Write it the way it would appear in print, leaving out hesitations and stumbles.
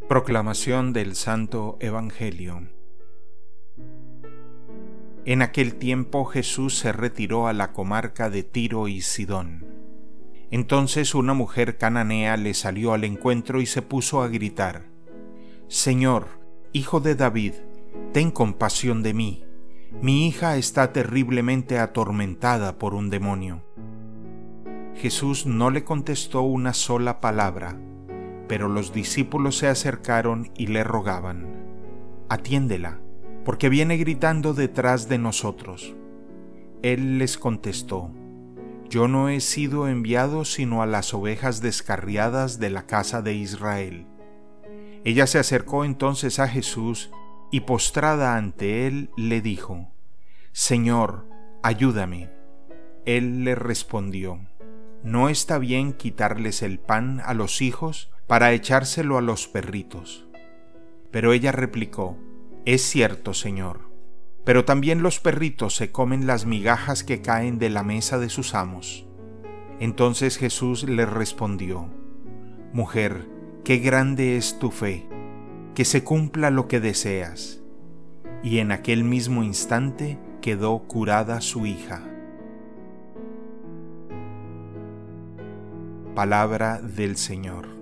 Proclamación del Santo Evangelio. En aquel tiempo Jesús se retiró a la comarca de Tiro y Sidón. Entonces una mujer cananea le salió al encuentro y se puso a gritar: «Señor, Hijo de David, ten compasión de mí. Mi hija está terriblemente atormentada por un demonio». Jesús no le contestó una sola palabra, pero los discípulos se acercaron y le rogaban: «Atiéndela, porque viene gritando detrás de nosotros». Él les contestó: «Yo no he sido enviado sino a las ovejas descarriadas de la casa de Israel». Ella se acercó entonces a Jesús y postrada ante él le dijo: «Señor, ayúdame». Él le respondió: «No está bien quitarles el pan a los hijos para echárselo a los perritos». Pero ella replicó: «Es cierto, Señor, pero también los perritos se comen las migajas que caen de la mesa de sus amos». Entonces Jesús le respondió: «Mujer, qué grande es tu fe, que se cumpla lo que deseas». Y en aquel mismo instante quedó curada su hija. Palabra del Señor.